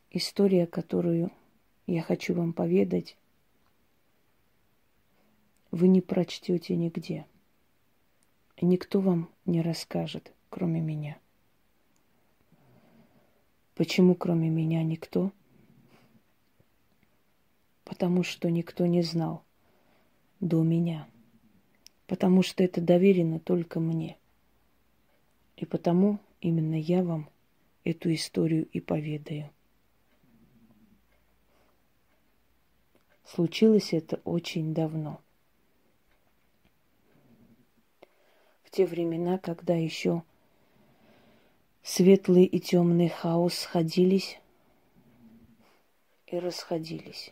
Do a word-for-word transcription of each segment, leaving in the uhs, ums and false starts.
История, которую я хочу вам поведать, вы не прочтете нигде. И никто вам не расскажет, кроме меня. Почему кроме меня никто? Потому что никто не знал до меня. Потому что это доверено только мне. И потому именно я вам эту историю и поведаю. Случилось это очень давно. В те времена, когда еще светлый и темный хаос сходились и расходились.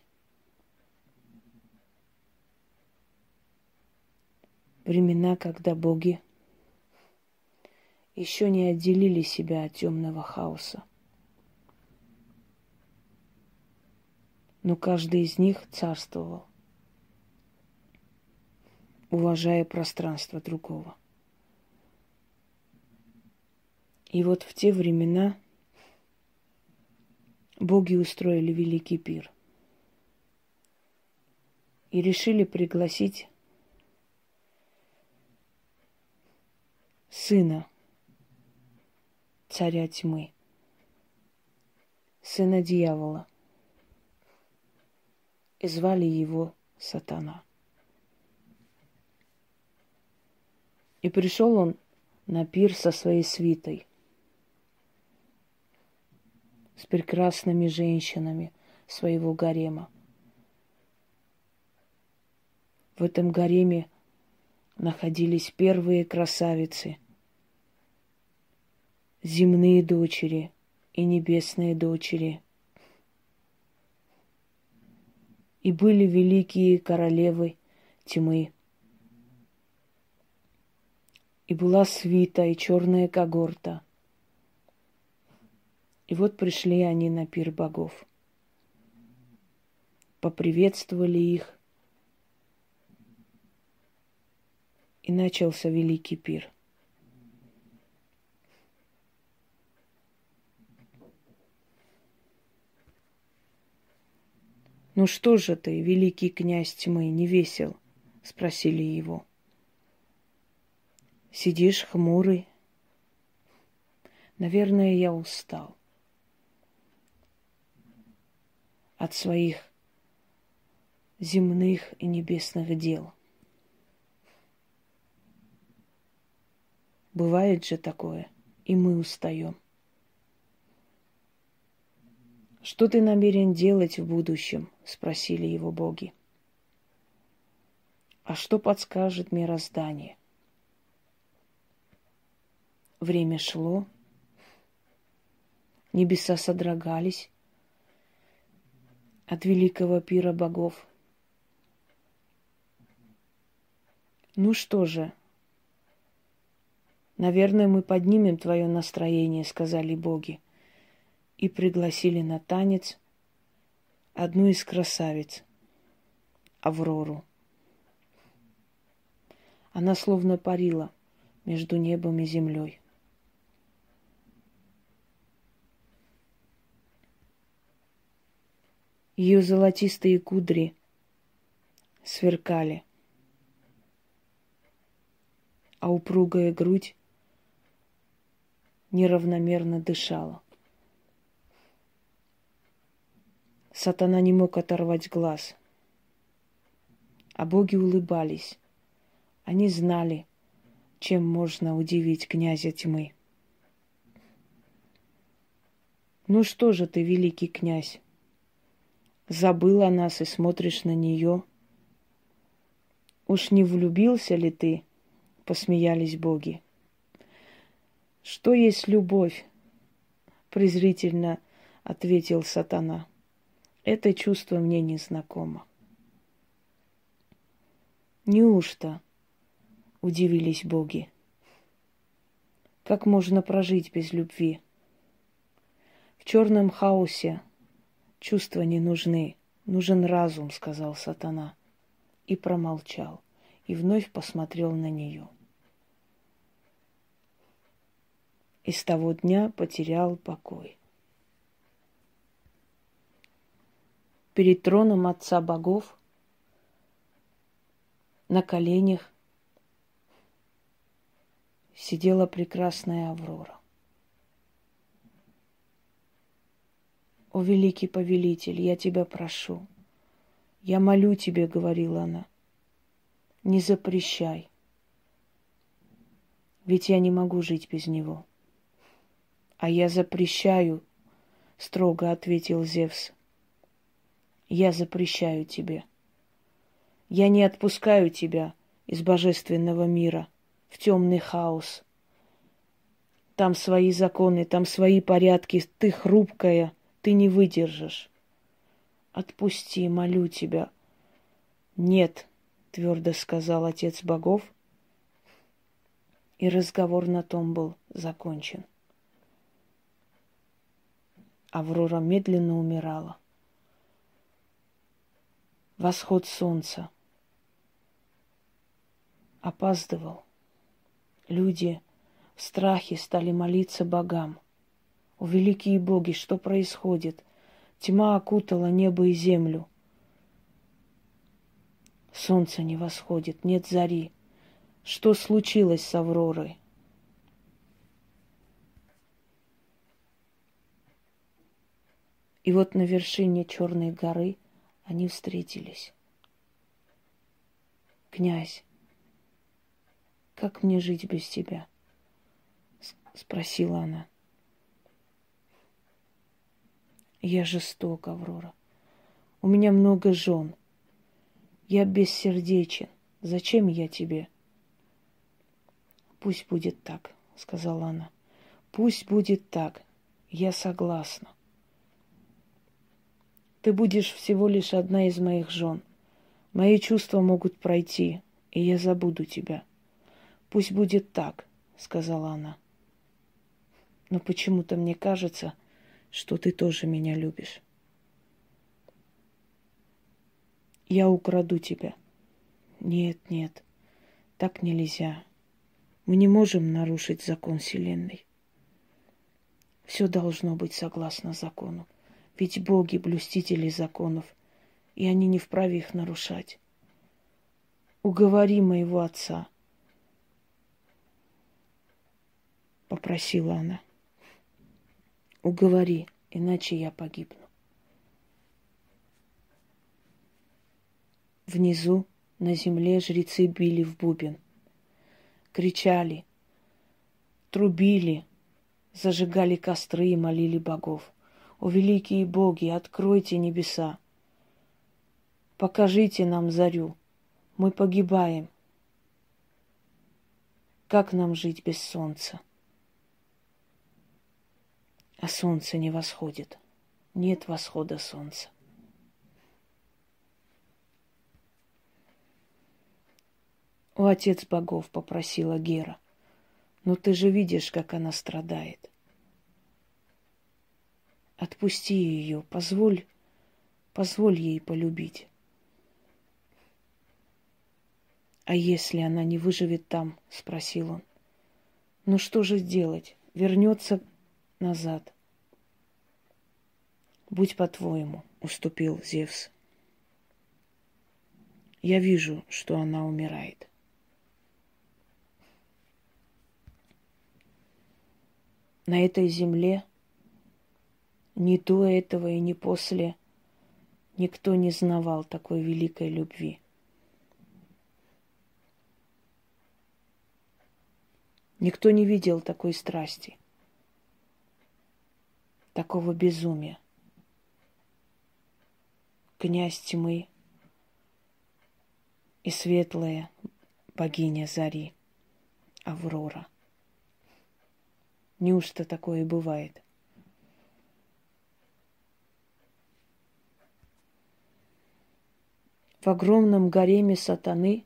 Времена, когда боги еще не отделили себя от темного хаоса. Но каждый из них царствовал, уважая пространство другого. И вот в те времена боги устроили великий пир и решили пригласить сына царя тьмы, сына дьявола. И звали его Сатана. И пришел он на пир со своей свитой, с прекрасными женщинами своего гарема. В этом гареме находились первые красавицы, земные дочери и небесные дочери. И были великие королевы тьмы. И была свита, и черная когорта. И вот пришли они на пир богов. Поприветствовали их. И начался великий пир. «Ну что же ты, великий князь тьмы, не весел?» — спросили его. «Сидишь хмурый?» «Наверное, я устал от своих земных и небесных дел. Бывает же такое, и мы устаем. Что ты намерен делать в будущем?» — спросили его боги. «А что подскажет мироздание?» Время шло, небеса содрогались от великого пира богов. «Ну что же, наверное, мы поднимем твое настроение», — сказали боги, и пригласили на танец одну из красавиц, Аврору. Она словно парила между небом и землей. Ее золотистые кудри сверкали, а упругая грудь неравномерно дышала. Сатана не мог оторвать глаз, а боги улыбались. Они знали, чем можно удивить князя тьмы. «Ну что же ты, великий князь, забыл о нас и смотришь на нее? Уж не влюбился ли ты?» — посмеялись боги. «Что есть любовь?» — презрительно ответил Сатана. «Это чувство мне не знакомо». «Неужто?» — удивились боги. «Как можно прожить без любви? В черном хаосе чувства не нужны, нужен разум», — сказал Сатана. И промолчал, и вновь посмотрел на нее. И с того дня потерял покой. перед троном Отца богов на коленях сидела прекрасная Аврора. «О, великий повелитель, я тебя прошу, я молю тебя, — говорила она, — не запрещай, ведь я не могу жить без него». «А я запрещаю, — строго ответил Зевс, — я запрещаю тебе. Я не отпускаю тебя из божественного мира в темный хаос. Там свои законы, там свои порядки, ты хрупкая, ты не выдержишь. Отпусти, молю тебя». «Нет, — твердо сказал Отец богов, и разговор на том был закончен. Аврора медленно умирала. Восход солнца опаздывал. Люди в страхе стали молиться богам. «О, великие боги, что происходит? Тьма окутала небо и землю. Солнце не восходит, нет зари. Что случилось с Авророй?» И вот на вершине Черной горы они встретились. «Князь, как мне жить без тебя?» — спросила она. «Я жесток, Аврора. У меня много жен. Я бессердечен. Зачем я тебе?» «Пусть будет так, — сказала она. — Пусть будет так. Я согласна. Ты будешь всего лишь одна из моих жен. Мои чувства могут пройти, и я забуду тебя. Пусть будет так, — сказала она. Но почему-то мне кажется, что ты тоже меня любишь. Я украду тебя». «Нет, нет, так нельзя. Мы не можем нарушить закон Вселенной. Все должно быть согласно закону. Ведь боги — блюстители законов, и они не вправе их нарушать. Уговори моего отца», — попросила она. «Уговори, иначе я погибну». Внизу, на земле, жрецы били в бубен, кричали, трубили, зажигали костры и молили богов. «О, великие боги, откройте небеса! Покажите нам зарю! Мы погибаем! Как нам жить без солнца?» А солнце не восходит. Нет восхода солнца. «О, Отец богов, — попросила Гера, — но ты же видишь, как она страдает. Отпусти ее, позволь, позволь ей полюбить». «А если она не выживет там? — спросил он. — Ну что же делать? Вернется назад?» «Будь по-твоему, — уступил Зевс. — Я вижу, что она умирает. На этой земле ни до этого и ни после никто не знавал такой великой любви. Никто не видел такой страсти, такого безумия. Князь тьмы и светлая богиня зари, Аврора. Неужто такое бывает? В огромном гареме сатаны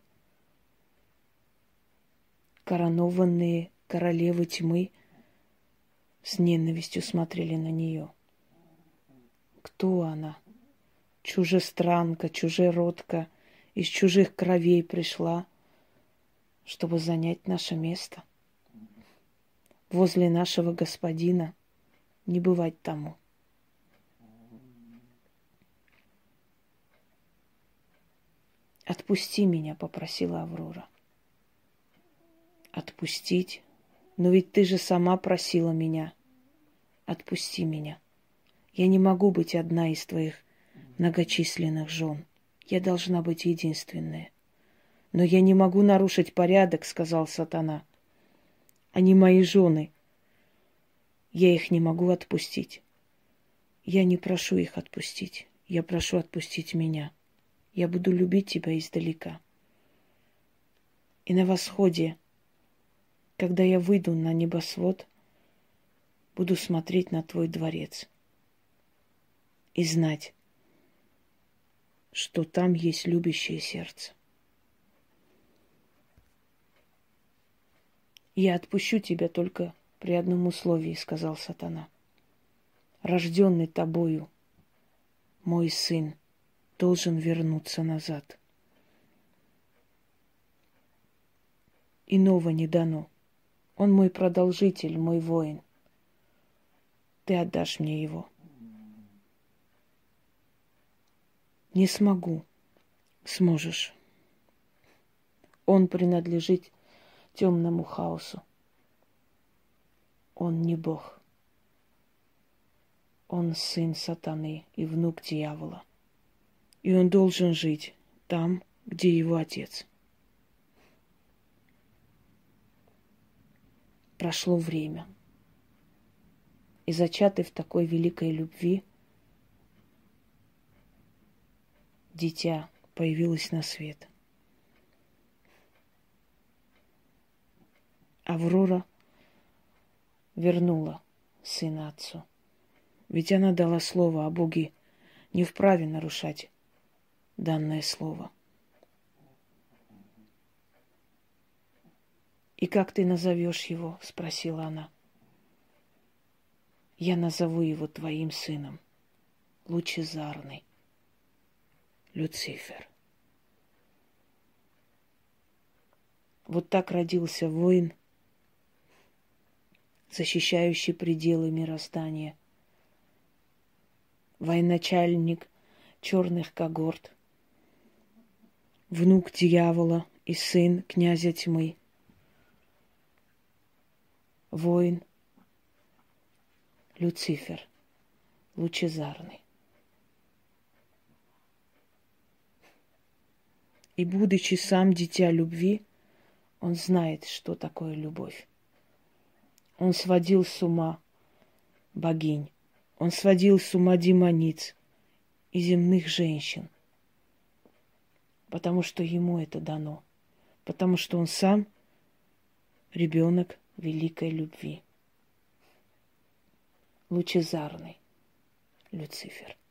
коронованные королевы тьмы с ненавистью смотрели на нее. Кто она? Чужестранка, чужеродка, из чужих кровей пришла, чтобы занять наше место. Возле нашего господина не бывать тому. Отпусти меня, попросила Аврора. Отпустить? Но ведь ты же сама просила меня. Отпусти меня. Я не могу быть одна из твоих многочисленных жен. Я должна быть единственная. Но я не могу нарушить порядок, сказал сатана. Они мои жены. Я их не могу отпустить. Я не прошу их отпустить. Я прошу отпустить меня. Я буду любить тебя издалека. И на восходе, когда я выйду на небосвод, буду смотреть на твой дворец и знать, что там есть любящее сердце. Я отпущу тебя только при одном условии, сказал сатана. Рожденный тобою, мой сын, должен вернуться назад. Иного не дано. Он мой продолжитель, мой воин. Ты отдашь мне его. Не смогу. Сможешь. Он принадлежит темному хаосу. Он не Бог. Он сын сатаны и внук дьявола. И он должен жить там, где его отец. Прошло время. И зачатый в такой великой любви дитя появилось на свет. Аврора вернула сына отцу. Ведь она дала слово, а боги не вправе нарушать данное слово. «И как ты назовешь его?» — спросила она. «Я назову его твоим сыном, лучезарный, Люцифер». Вот так родился воин, защищающий пределы мироздания, военачальник черных когорт, внук дьявола и сын князя тьмы, воин Люцифер, лучезарный. И, будучи сам дитя любви, он знает, что такое любовь. Он сводил с ума богинь, он сводил с ума демониц и земных женщин, потому что ему это дано, потому что он сам ребенок великой любви. Лучезарный Люцифер.